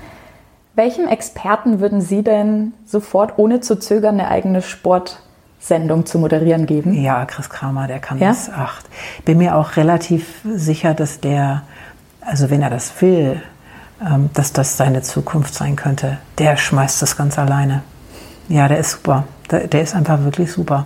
Welchem Experten würden Sie denn sofort ohne zu zögern eine eigene Sportsendung zu moderieren geben? Ja, Chris Kramer, der kann ja? das. Ach, bin mir auch relativ sicher, dass der, also wenn er das will, ähm, dass das seine Zukunft sein könnte. Der schmeißt das ganz alleine. Ja, der ist super. Der, der ist einfach wirklich super.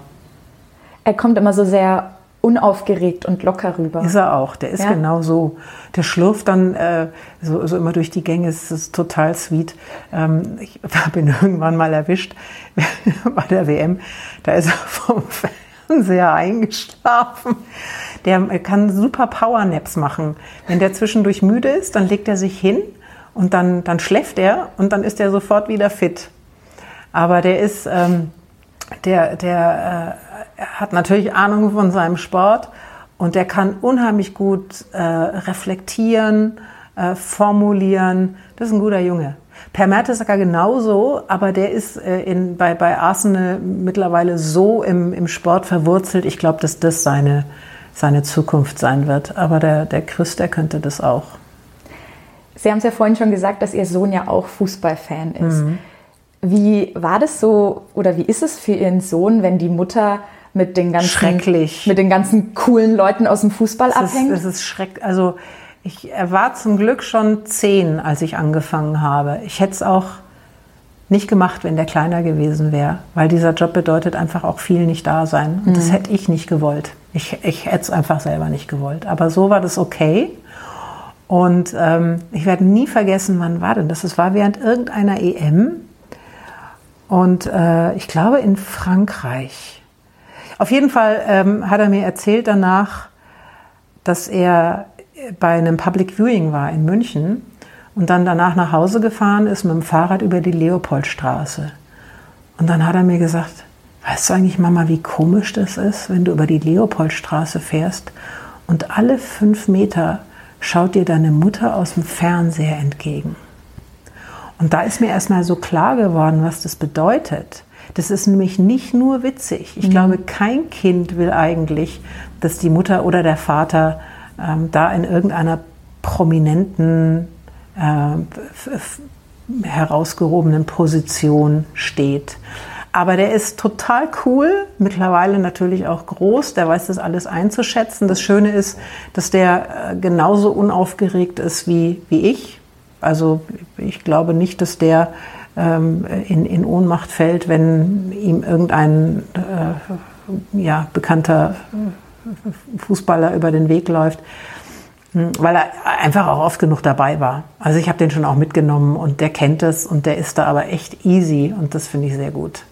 Er kommt immer so sehr unaufgeregt und locker rüber. Ist er auch. Der ist ja? genau so. Der schlurft dann äh, so, so immer durch die Gänge. Es ist total sweet. Ähm, ich habe ihn irgendwann mal erwischt bei der W M. Da ist er vom Fernseher eingeschlafen. Der kann super Powernaps machen. Wenn der zwischendurch müde ist, dann legt er sich hin und dann, dann schläft er und dann ist er sofort wieder fit. Aber der ist, ähm, der, der äh, hat natürlich Ahnung von seinem Sport und der kann unheimlich gut äh, reflektieren, äh, formulieren. Das ist ein guter Junge. Per Mertesacker genauso, aber der ist äh, in, bei, bei Arsenal mittlerweile so im, im Sport verwurzelt. Ich glaube, dass das seine, seine Zukunft sein wird. Aber der, der Chris, der könnte das auch. Sie haben es ja vorhin schon gesagt, dass Ihr Sohn ja auch Fußballfan ist. Mhm. Wie war das so oder wie ist es für Ihren Sohn, wenn die Mutter mit den ganzen, schrecklich. mit den ganzen coolen Leuten aus dem Fußball das abhängt? Ist, das ist schrecklich. Also ich, er war zum Glück schon zehn, als ich angefangen habe. Ich hätte es auch nicht gemacht, wenn der kleiner gewesen wäre, weil dieser Job bedeutet einfach auch viel nicht da sein. Und mhm. das hätte ich nicht gewollt. Ich, ich hätte es einfach selber nicht gewollt. Aber so war das okay. Und ähm, ich werde nie vergessen, wann war denn das? Es war während irgendeiner E M. Und äh, ich glaube in Frankreich. Auf jeden Fall ähm, hat er mir erzählt danach, dass er bei einem Public Viewing war in München und dann danach nach Hause gefahren ist mit dem Fahrrad über die Leopoldstraße. Und dann hat er mir gesagt, weißt du eigentlich, Mama, wie komisch das ist, wenn du über die Leopoldstraße fährst und alle fünf Meter schaut dir deine Mutter aus dem Fernseher entgegen. Und da ist mir erstmal so klar geworden, was das bedeutet. Das ist nämlich nicht nur witzig. Ich mhm. glaube, kein Kind will eigentlich, dass die Mutter oder der Vater ähm, da in irgendeiner prominenten, äh, f- herausgehobenen Position steht. Aber der ist total cool, mittlerweile natürlich auch groß, der weiß das alles einzuschätzen. Das Schöne ist, dass der äh, genauso unaufgeregt ist wie, wie ich. Also ich glaube nicht, dass der ähm, in, in Ohnmacht fällt, wenn ihm irgendein äh, ja, bekannter Fußballer über den Weg läuft, weil er einfach auch oft genug dabei war. Also ich habe den schon auch mitgenommen und der kennt es und der ist da aber echt easy und das finde ich sehr gut.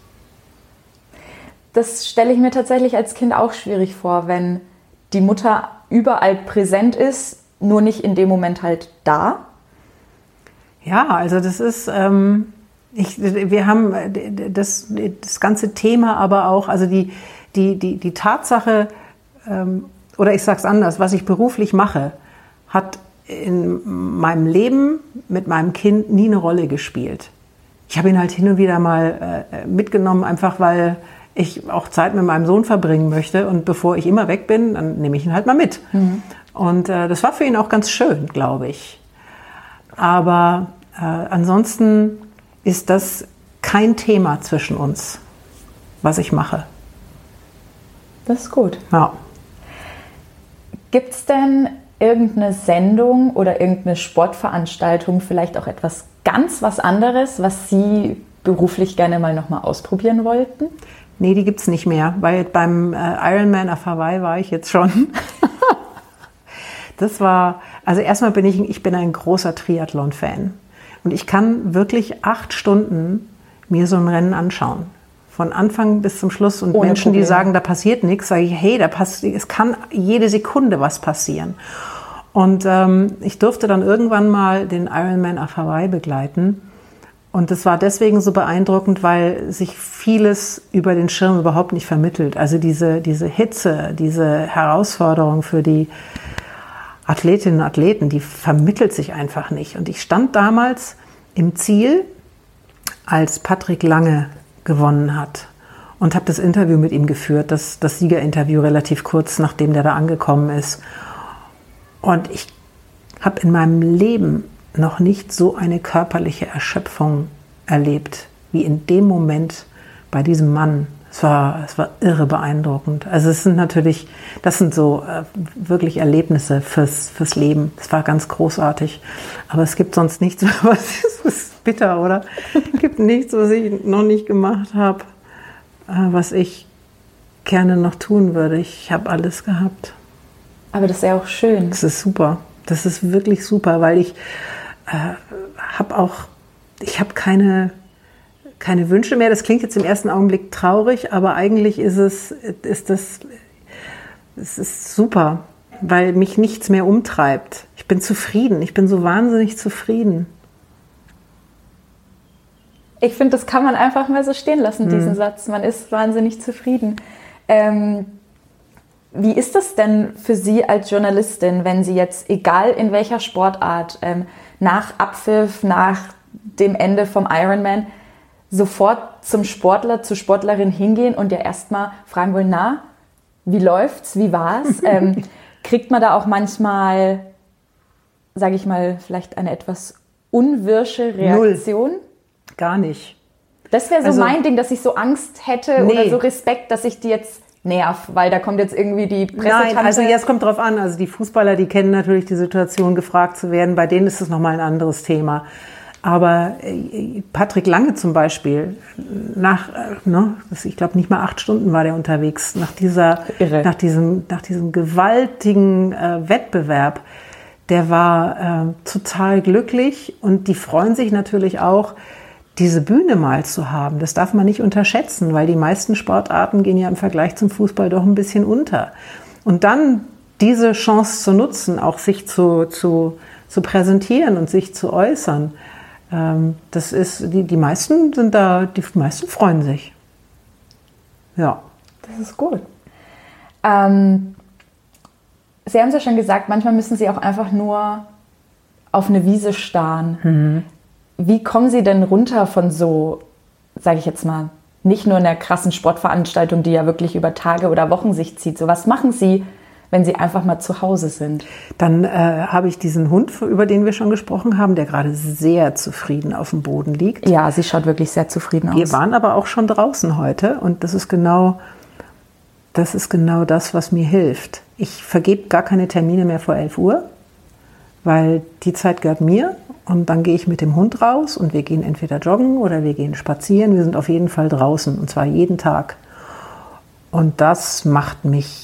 Das stelle ich mir tatsächlich als Kind auch schwierig vor, wenn die Mutter überall präsent ist, nur nicht in dem Moment halt da. Ja, also das ist, ähm, ich, wir haben das, das ganze Thema, aber auch, also die, die, die, die Tatsache, ähm, oder ich sage es anders, was ich beruflich mache, hat in meinem Leben mit meinem Kind nie eine Rolle gespielt. Ich habe ihn halt hin und wieder mal äh, mitgenommen, einfach weil ich auch Zeit mit meinem Sohn verbringen möchte. Und bevor ich immer weg bin, dann nehme ich ihn halt mal mit. Mhm. Und äh, das war für ihn auch ganz schön, glaube ich. Aber äh, ansonsten ist das kein Thema zwischen uns, was ich mache. Das ist gut. Ja. Gibt es denn irgendeine Sendung oder irgendeine Sportveranstaltung, vielleicht auch etwas ganz was anderes, was Sie beruflich gerne mal nochmal ausprobieren wollten? Nee, die gibt es nicht mehr, weil beim äh, Ironman auf Hawaii war ich jetzt schon. Das war, also erstmal bin ich, ich bin ein großer Triathlon-Fan. Und ich kann wirklich acht Stunden mir so ein Rennen anschauen. Von Anfang bis zum Schluss. Und Ohne Menschen, Probleme. Die sagen, da passiert nichts, sage ich, hey, da passiert, es kann jede Sekunde was passieren. Und ähm, ich durfte dann irgendwann mal den Ironman auf Hawaii begleiten. Und das war deswegen so beeindruckend, weil sich vieles über den Schirm überhaupt nicht vermittelt. Also diese, diese Hitze, diese Herausforderung für die Athletinnen und Athleten, die vermittelt sich einfach nicht. Und ich stand damals im Ziel, als Patrick Lange gewonnen hat und habe das Interview mit ihm geführt, das, das Siegerinterview relativ kurz, nachdem der da angekommen ist. Und ich habe in meinem Leben noch nicht so eine körperliche Erschöpfung erlebt, wie in dem Moment bei diesem Mann. Es war, es war irre beeindruckend. Also es sind natürlich, das sind so äh, wirklich Erlebnisse fürs, fürs Leben. Es war ganz großartig. Aber es gibt sonst nichts, was ist, ist bitter, oder? Es gibt nichts, was ich noch nicht gemacht habe, äh, was ich gerne noch tun würde. Ich habe alles gehabt. Aber das ist ja auch schön. Das ist super. Das ist wirklich super, weil ich äh, habe auch, ich habe keine... keine Wünsche mehr. Das klingt jetzt im ersten Augenblick traurig, aber eigentlich ist es, ist das, es ist super, weil mich nichts mehr umtreibt. Ich bin zufrieden. Ich bin so wahnsinnig zufrieden. Ich finde, das kann man einfach mal so stehen lassen, mhm. diesen Satz. Man ist wahnsinnig zufrieden. Ähm, wie ist das denn für Sie als Journalistin, wenn Sie jetzt, egal in welcher Sportart, ähm, nach Abpfiff, nach dem Ende vom Ironman, sofort zum Sportler, zur Sportlerin hingehen und ja erstmal fragen wollen, na, wie läuft's, wie war's? ähm, kriegt man da auch manchmal, sage ich mal, vielleicht eine etwas unwirsche Reaktion? Null. Gar nicht. Das wäre so also, mein Ding, dass ich so Angst hätte nee. oder so Respekt, dass ich die jetzt nerv, weil da kommt jetzt irgendwie die Pressetante. Nein, also jetzt kommt drauf an. Also die Fußballer, die kennen natürlich die Situation, gefragt zu werden. Bei denen ist es nochmal ein anderes Thema. Aber Patrick Lange zum Beispiel, nach, ne, ich glaube nicht mal acht Stunden war der unterwegs, nach, dieser, nach, diesem, nach diesem gewaltigen äh, Wettbewerb, der war äh, total glücklich und die freuen sich natürlich auch, diese Bühne mal zu haben. Das darf man nicht unterschätzen, weil die meisten Sportarten gehen ja im Vergleich zum Fußball doch ein bisschen unter. Und dann diese Chance zu nutzen, auch sich zu, zu, zu präsentieren und sich zu äußern, das ist, die, die meisten sind da, die meisten freuen sich. Ja. Das ist gut. Ähm, Sie haben es ja schon gesagt, manchmal müssen Sie auch einfach nur auf eine Wiese starren. Mhm. Wie kommen Sie denn runter von so, sage ich jetzt mal, nicht nur einer krassen Sportveranstaltung, die ja wirklich über Tage oder Wochen sich zieht? So, was machen Sie, wenn Sie einfach mal zu Hause sind? Dann äh, habe ich diesen Hund, über den wir schon gesprochen haben, der gerade sehr zufrieden auf dem Boden liegt. Ja, sie schaut wirklich sehr zufrieden aus. Wir waren aber auch schon draußen heute und das ist genau, das ist genau das, was mir hilft. Ich vergebe gar keine Termine mehr vor elf Uhr, weil die Zeit gehört mir und dann gehe ich mit dem Hund raus und wir gehen entweder joggen oder wir gehen spazieren. Wir sind auf jeden Fall draußen und zwar jeden Tag. Und das macht mich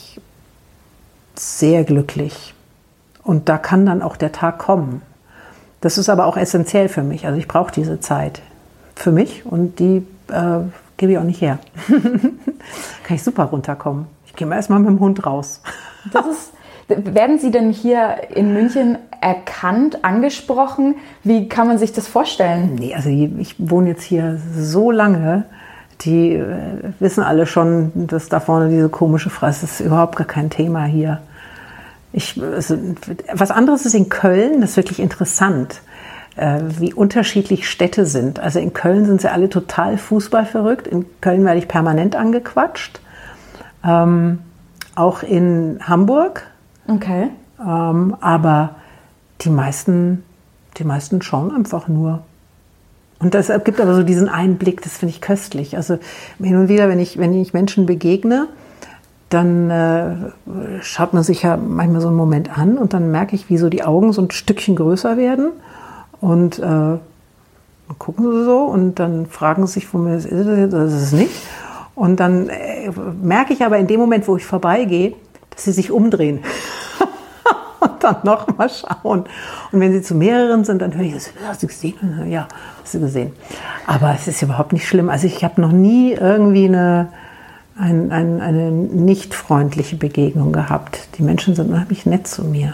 sehr glücklich. Und da kann dann auch der Tag kommen. Das ist aber auch essentiell für mich. Also ich brauche diese Zeit für mich und die äh, gebe ich auch nicht her. Kann ich super runterkommen. Ich gehe mal erstmal mit dem Hund raus. Das ist, Werden Sie denn hier in München erkannt, angesprochen? Wie kann man sich das vorstellen? Nee, also ich wohne jetzt hier so lange, die äh, wissen alle schon, dass da vorne diese komische Fresse ist überhaupt gar kein Thema hier. Ich, also, was anderes ist in Köln, das ist wirklich interessant, äh, wie unterschiedlich Städte sind. Also in Köln sind sie alle total fußballverrückt. In Köln werde ich permanent angequatscht. Ähm, auch in Hamburg. Okay. Ähm, aber die meisten, die meisten schauen einfach nur. Und das gibt aber so diesen Einblick, das finde ich köstlich. Also hin und wieder, wenn ich, wenn ich Menschen begegne, dann äh, schaut man sich ja manchmal so einen Moment an und dann merke ich, wie so die Augen so ein Stückchen größer werden. Und äh, dann gucken sie so und dann fragen sie sich, wo mir das ist oder das ist es nicht. Und dann äh, merke ich aber in dem Moment, wo ich vorbeigehe, dass sie sich umdrehen und dann noch mal schauen. Und wenn sie zu mehreren sind, dann höre ich, hast du gesehen? Ja, hast du gesehen. Aber es ist überhaupt nicht schlimm. Also ich habe noch nie irgendwie eine, ein, ein, eine nicht freundliche Begegnung gehabt. Die Menschen sind unheimlich nett zu mir.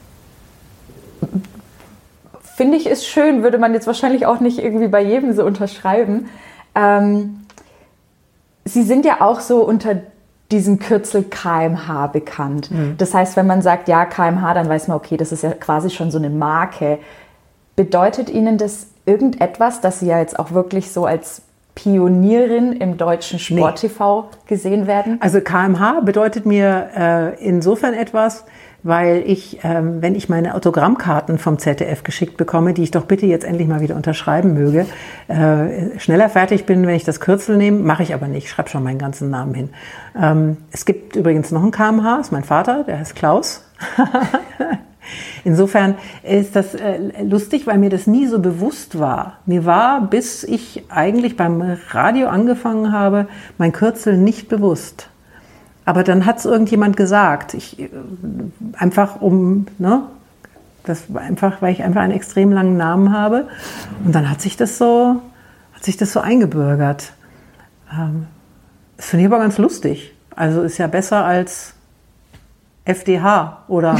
Finde ich, ist schön, würde man jetzt wahrscheinlich auch nicht irgendwie bei jedem so unterschreiben. Ähm, Sie sind ja auch so unter diesem Kürzel K M H bekannt. Mhm. Das heißt, wenn man sagt, ja, K M H, dann weiß man, okay, das ist ja quasi schon so eine Marke. Bedeutet Ihnen das irgendetwas, dass Sie ja jetzt auch wirklich so als Pionierin im deutschen Sport-T V nee. gesehen werden? Also K M H bedeutet mir äh, insofern etwas, weil ich, ähm, wenn ich meine Autogrammkarten vom Z D F geschickt bekomme, die ich doch bitte jetzt endlich mal wieder unterschreiben möge, äh, schneller fertig bin, wenn ich das Kürzel nehme, mache ich aber nicht, ich schreibe schon meinen ganzen Namen hin. Ähm, es gibt übrigens noch einen K M H, ist mein Vater, der heißt Klaus. Insofern ist das äh, lustig, weil mir das nie so bewusst war. Mir war, bis ich eigentlich beim Radio angefangen habe, mein Kürzel nicht bewusst. Aber dann hat es irgendjemand gesagt, ich, einfach um, ne, das war einfach, weil ich einfach einen extrem langen Namen habe. Und dann hat sich das so, hat sich das so eingebürgert. Ähm, das finde ich aber ganz lustig. Also ist ja besser als F D H oder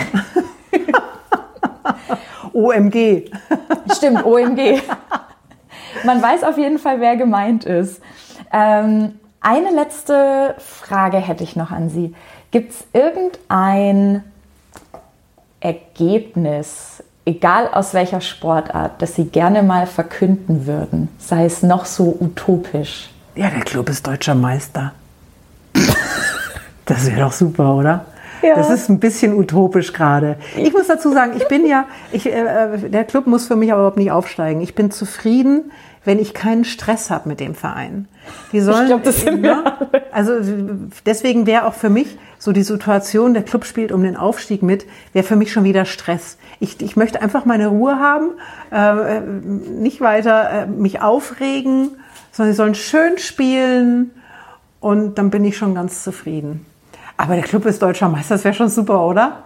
O M G. Stimmt, O M G. Man weiß auf jeden Fall, wer gemeint ist. Ähm, Eine letzte Frage hätte ich noch an Sie. Gibt es irgendein Ergebnis, egal aus welcher Sportart, das Sie gerne mal verkünden würden? Sei es noch so utopisch. Ja, der Club ist deutscher Meister. Das wäre doch super, oder? Ja. Das ist ein bisschen utopisch gerade. Ich muss dazu sagen, ich bin ja, ich, äh, der Club muss für mich aber überhaupt nicht aufsteigen. Ich bin zufrieden, wenn ich keinen Stress habe mit dem Verein. Die sollen, ich glaube, das sind wir alle. Also deswegen wäre auch für mich so die Situation, der Club spielt um den Aufstieg mit, wäre für mich schon wieder Stress. Ich, ich möchte einfach meine Ruhe haben, äh, nicht weiter äh, mich aufregen, sondern sie sollen schön spielen und dann bin ich schon ganz zufrieden. Aber der Club ist deutscher Meister, das wäre schon super, oder?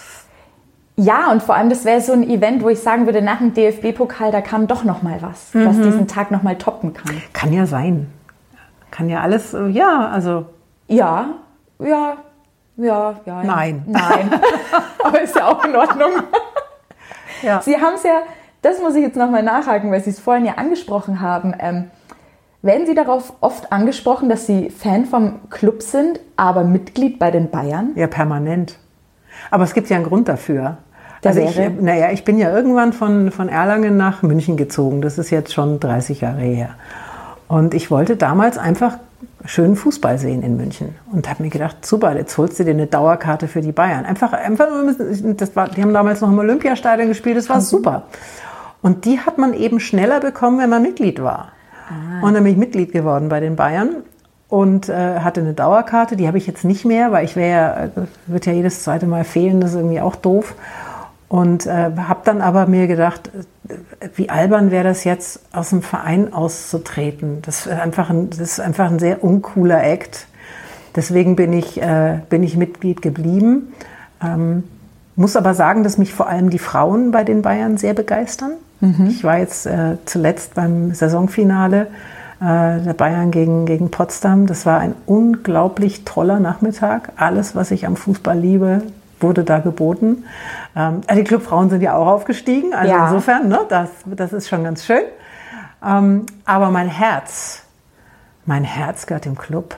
Ja, und vor allem, das wäre so ein Event, wo ich sagen würde, nach dem D F B-Pokal, da kam doch noch mal was, mhm. was diesen Tag noch mal toppen kann. Kann ja sein. Kann ja alles, ja, also... Ja, ja, ja, ja. Nein. Nein. Aber ist ja auch in Ordnung. Ja. Sie haben es ja, das muss ich jetzt noch mal nachhaken, weil Sie es vorhin ja angesprochen haben. Ähm, werden Sie darauf oft angesprochen, dass Sie Fan vom Club sind, aber Mitglied bei den Bayern? Ja, permanent. Aber es gibt ja einen Grund dafür. Der also wäre? Ich, naja, ich bin ja irgendwann von, von Erlangen nach München gezogen. Das ist jetzt schon dreißig Jahre her. Und ich wollte damals einfach schönen Fußball sehen in München. Und habe mir gedacht, super, jetzt holst du dir eine Dauerkarte für die Bayern. Einfach, einfach das war, die haben damals noch im Olympiastadion gespielt, das war mhm. super. Und die hat man eben schneller bekommen, wenn man Mitglied war. Ah. Und dann bin ich Mitglied geworden bei den Bayern. Und äh, hatte eine Dauerkarte, die habe ich jetzt nicht mehr, weil ich wäre ja, wird ja jedes zweite Mal fehlen, das ist irgendwie auch doof. Und äh, habe dann aber mir gedacht, wie albern wäre das jetzt, aus dem Verein auszutreten. Das ist einfach ein, das ist einfach ein sehr uncooler Act. Deswegen bin ich, äh, bin ich Mitglied geblieben. Ähm, muss aber sagen, dass mich vor allem die Frauen bei den Bayern sehr begeistern. Mhm. Ich war jetzt äh, zuletzt beim Saisonfinale der Bayern gegen, gegen Potsdam. Das war ein unglaublich toller Nachmittag. Alles, was ich am Fußball liebe, wurde da geboten. Ähm, die Clubfrauen sind ja auch aufgestiegen, also Ja. insofern, ne, das, das ist schon ganz schön. Ähm, aber mein Herz, mein Herz gehört dem Club.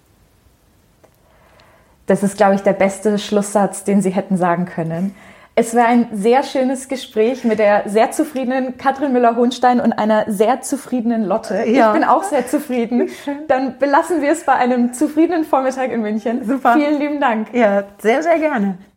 Das ist, glaube ich, der beste Schlusssatz, den Sie hätten sagen können. Es war ein sehr schönes Gespräch mit der sehr zufriedenen Katrin Müller-Hohnstein und einer sehr zufriedenen Lotte. Ja. Ich bin auch sehr zufrieden. Dann belassen wir es bei einem zufriedenen Vormittag in München. Super. Vielen lieben Dank. Ja, sehr, sehr gerne.